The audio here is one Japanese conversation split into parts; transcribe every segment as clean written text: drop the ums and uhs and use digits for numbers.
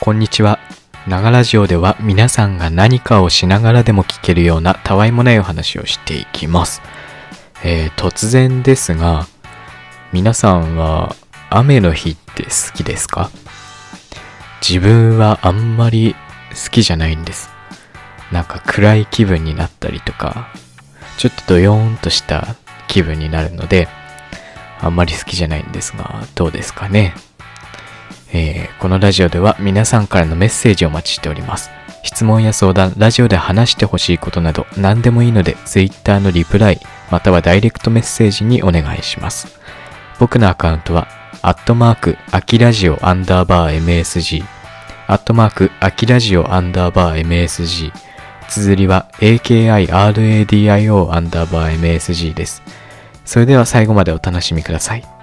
こんにちは。ながラジオでは皆さんが何かをしながらでも聞けるようなたわいもないお話をしていきます。突然ですが、皆さんは雨の日って好きですか？自分はあんまり好きじゃないんです。なんか暗い気分になったりとか、ちょっとドヨーンとした気分になるので、あんまり好きじゃないんですが、どうですかね。このラジオでは皆さんからのメッセージをお待ちしております。質問や相談、ラジオで話してほしいことなど何でもいいので Twitter のリプライまたはダイレクトメッセージにお願いします。僕のアカウントは@アキラジオ_MSGアキラジオ_MSG 綴りは AKIRADIO _MSG です。それでは最後までお楽しみください。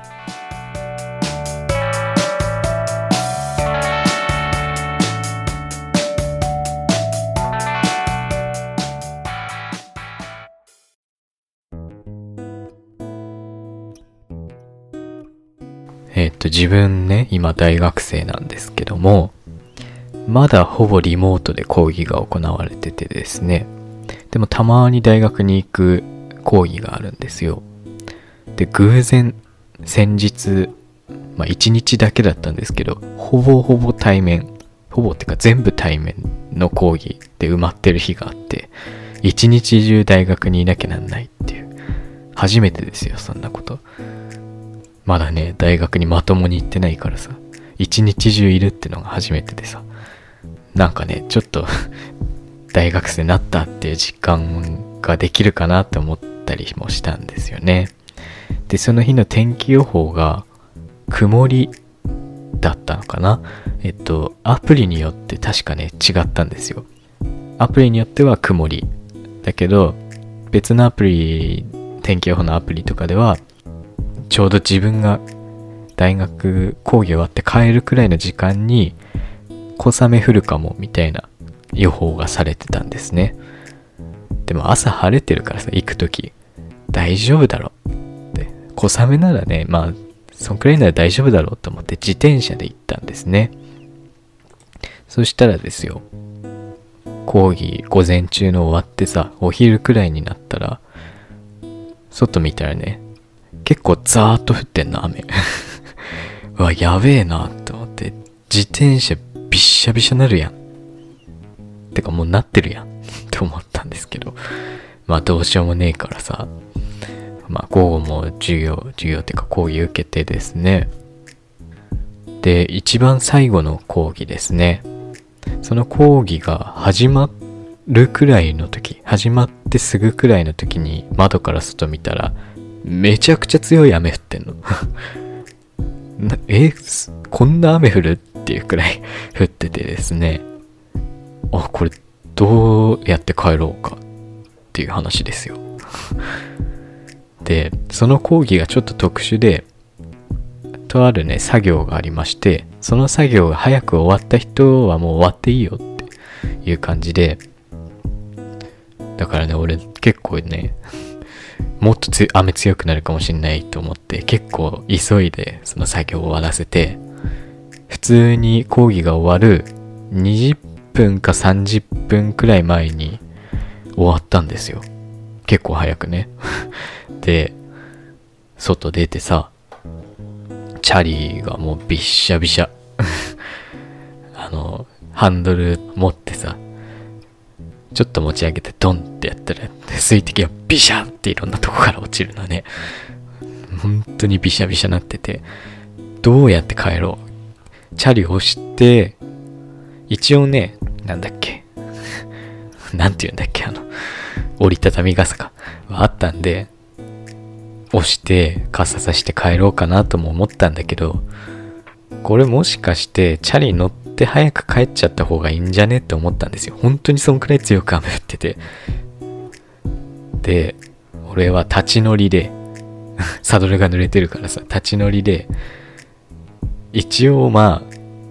自分ね、今大学生なんですけども、まだほぼリモートで講義が行われててですね、でもたまに大学に行く講義があるんですよ。で、偶然先日、1日だけだったんですけど、ほぼ対面、ほぼってか全部対面の講義で埋まってる日があって、一日中大学にいなきゃなんないっていう、初めてですよ、そんなこと。まだね、大学にまともに行ってないからさ、一日中いるってのが初めてでさ、なんかね、ちょっと大学生になったっていう実感ができるかなって思ったりもしたんですよね。で、その日の天気予報が曇りだったのかな。アプリによって確かね、違ったんですよ。アプリによっては曇り。だけど、別のアプリ、天気予報のアプリとかでは、ちょうど自分が大学講義終わって帰るくらいの時間に小雨降るかもみたいな予報がされてたんですね。でも朝晴れてるからさ、行くとき大丈夫だろって小雨ならね、そんくらいなら大丈夫だろうと思って自転車で行ったんですね。そしたらですよ、講義午前中の終わってさ、お昼くらいになったら外見たらね、結構ザーッと降ってんな、雨。うわ、やべえなって思って、自転車びっしゃびしゃなるやん。てかもうなってるやんって思ったんですけど、どうしようもねえからさ、午後も授業ってか講義受けてですね。で、一番最後の講義ですね。その講義が始まるくらいの時、始まってすぐくらいの時に窓から外見たら、めちゃくちゃ強い雨降ってんの。こんな雨降るっていうくらい降っててですね。これどうやって帰ろうかっていう話ですよ。で、その講義がちょっと特殊で、とあるね、作業がありまして、その作業が早く終わった人はもう終わっていいよっていう感じで、だからね、俺結構ね、もっと雨強くなるかもしれないと思って結構急いでその作業を終わらせて、普通に講義が終わる20分か30分くらい前に終わったんですよ。結構早くね。で、外出てさ、チャリがもうびっしゃびしゃ。ハンドル持ってさ、ちょっと持ち上げてドンってやったら水滴がビシャンっていろんなとこから落ちるのね。本当にビシャビシャなってて、どうやって帰ろう。チャリ押して、一応ね、なんて言うんだっけ、折りたたみ傘かはあったんで、押して傘さして帰ろうかなとも思ったんだけど、これもしかしてチャリ乗って早く帰っちゃった方がいいんじゃねって思ったんですよ。本当にそんくらい強く雨降ってて。で、俺は立ち乗りで、サドルが濡れてるからさ、立ち乗りで、一応滑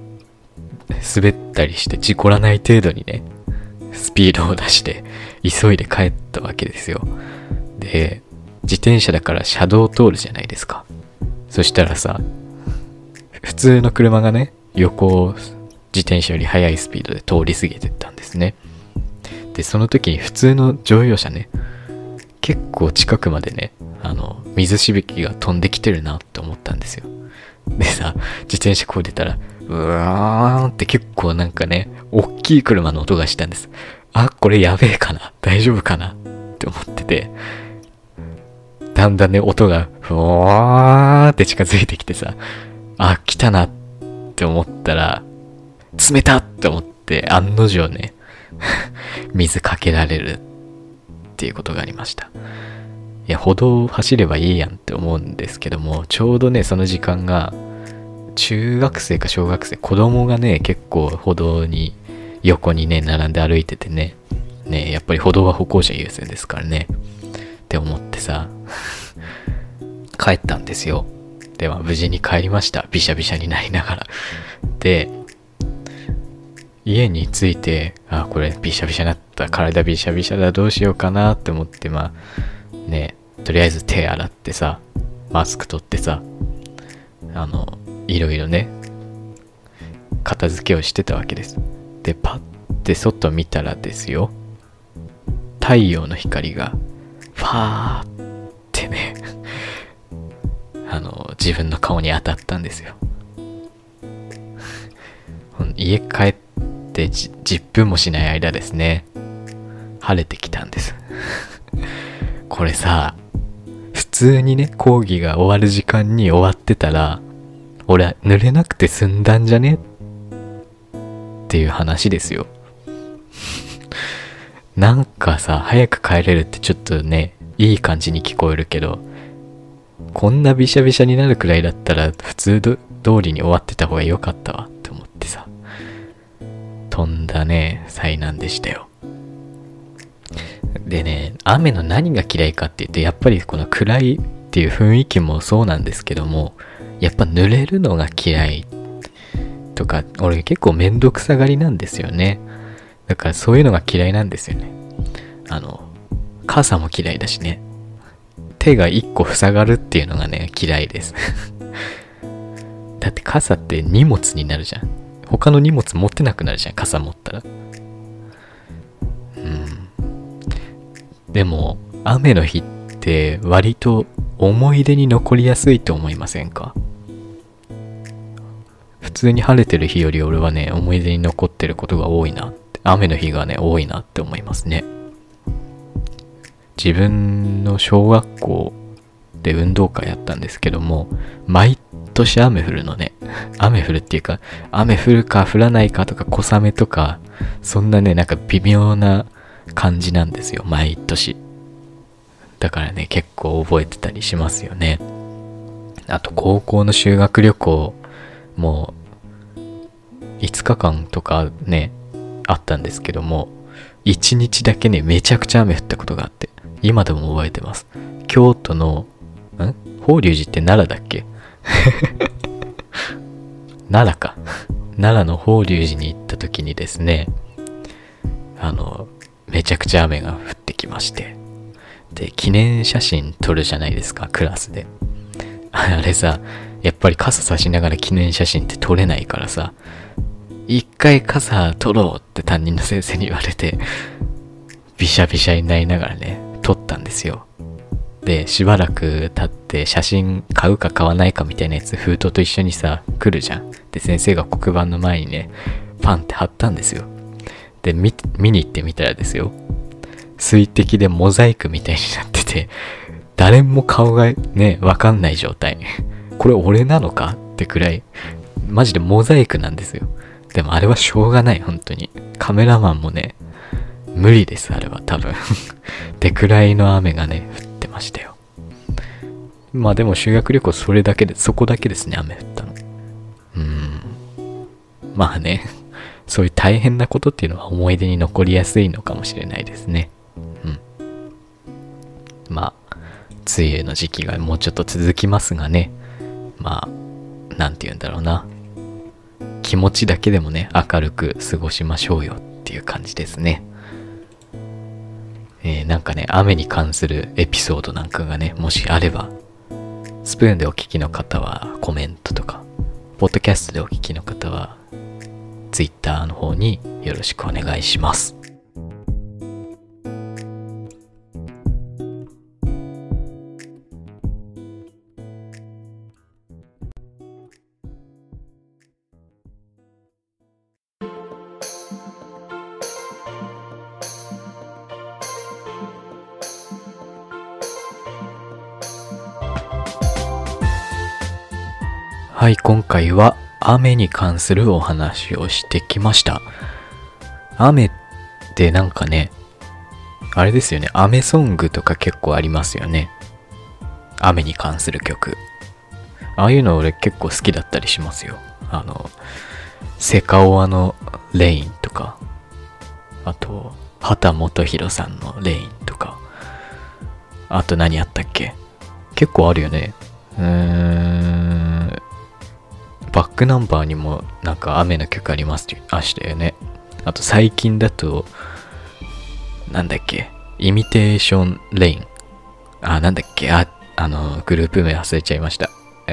ったりして事故らない程度にね、スピードを出して急いで帰ったわけですよ。で、自転車だから車道を通るじゃないですか。そしたらさ、普通の車がね、横を自転車より速いスピードで通り過ぎてったんですね。で、その時に普通の乗用車ね、結構近くまでね、水しぶきが飛んできてるなって思ったんですよ。でさ、自転車こいでたら、うわーんって結構なんかね、大きい車の音がしたんです。あ、これやべえかな、大丈夫かなって思ってて、だんだんね、音が、ふわーって近づいてきてさ、あ、来たなって思ったら、冷たって思って、案の定ね、水かけられるっていうことがありました。いや、歩道を走ればいいやんって思うんですけども、ちょうどね、その時間が、中学生か小学生、子供がね、結構歩道に、横にね、並んで歩いててね、やっぱり歩道は歩行者優先ですからね、って思ってさ、帰ったんですよ。では無事に帰りました。びしゃびしゃになりながら。で、家に着いて、あ、これびしゃびしゃになった、体びしゃびしゃだ、どうしようかなって思って、まあ、ね、とりあえず手洗ってさ、マスク取ってさ、いろいろね、片付けをしてたわけです。で、パッて外見たらですよ、太陽の光が、ファーってね、自分の顔に当たったんですよ。家帰って10分もしない間ですね、晴れてきたんです。これさ、普通にね、講義が終わる時間に終わってたら、俺濡れなくて済んだんじゃねっていう話ですよ。なんかさ、早く帰れるってちょっとね、いい感じに聞こえるけど、こんなびしゃびしゃになるくらいだったら普通通りに終わってた方が良かったわって思ってさ、とんだね、災難でしたよ。でね、雨の何が嫌いかって言って、やっぱりこの暗いっていう雰囲気もそうなんですけども、やっぱ濡れるのが嫌いとか、俺結構めんどくさがりなんですよね。だからそういうのが嫌いなんですよね。傘も嫌いだしね。手が一個塞がるっていうのがね、嫌いです。だって傘って荷物になるじゃん。他の荷物持ってなくなるじゃん、傘持ったら。でも、雨の日って割と思い出に残りやすいと思いませんか？普通に晴れてる日より俺はね、思い出に残ってることが多いなって、雨の日がね、多いなって思いますね。自分の小学校で運動会やったんですけども、毎年雨降るのね。雨降るっていうか、雨降るか降らないかとか小雨とか、そんなね、なんか微妙な感じなんですよ、毎年。だからね、結構覚えてたりしますよね。あと高校の修学旅行も5日間とかね、あったんですけども、1日だけね、めちゃくちゃ雨降ったことがあって、今でも覚えてます。京都の法隆寺って奈良だっけ？奈良か。奈良の法隆寺に行った時にですね、めちゃくちゃ雨が降ってきまして、で、記念写真撮るじゃないですか、クラスで。あれさ、やっぱり傘差しながら記念写真って撮れないからさ、一回傘撮ろうって担任の先生に言われて、びしゃびしゃになりながらね、撮ったんですよ。で、しばらく経って写真買うか買わないかみたいなやつ封筒と一緒にさ、来るじゃん。で、先生が黒板の前にね、パンって貼ったんですよ。で、見に行ってみたらですよ、水滴でモザイクみたいになってて、誰も顔がね、わかんない状態。これ俺なのかってくらい、マジでモザイクなんですよ。でもあれはしょうがない、本当に。カメラマンもね、無理です、あれは多分。ってくらいの雨がね、降ってましたよ。まあでも修学旅行そこだけですね、雨降ったの。まあね、そういう大変なことっていうのは思い出に残りやすいのかもしれないですね。まあ、梅雨の時期がもうちょっと続きますがね、まあ、なんて言うんだろうな。気持ちだけでもね、明るく過ごしましょうよっていう感じですね。なんかね、雨に関するエピソードなんかがね、もしあれば、スプーンでお聞きの方はコメントとか、ポッドキャストでお聞きの方は、 Twitter の方によろしくお願いします。はい、今回は雨に関するお話をしてきました。雨ってなんかね、あれですよね、雨ソングとか結構ありますよね。雨に関する曲。ああいうの俺結構好きだったりしますよ。セカオワのレインとか、あと、畑基博さんのレインとか、あと何あったっけ？結構あるよね。バックナンバーにもなんか雨の曲ありましたよね。あと最近だと、なんだっけ、イミテーションレイン。なんだっけ、グループ名忘れちゃいました。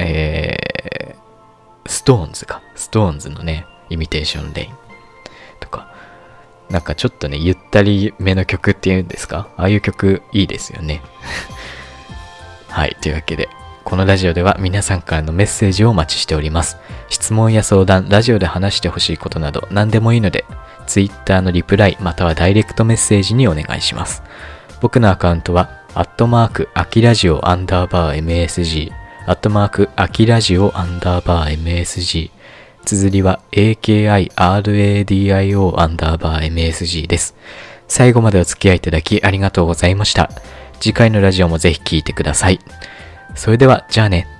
ストーンズか。ストーンズのね、イミテーションレインとか。なんかちょっとね、ゆったりめの曲っていうんですか？ああいう曲いいですよね。はい、というわけで。このラジオでは皆さんからのメッセージをお待ちしております。質問や相談、ラジオで話してほしいことなど何でもいいので、Twitter のリプライまたはダイレクトメッセージにお願いします。僕のアカウントは、アキラジオ_MSG、アキラジオ_MSG、綴りは AKIRADIO _MSG です。最後までお付き合いいただきありがとうございました。次回のラジオもぜひ聞いてください。それでは、じゃあね。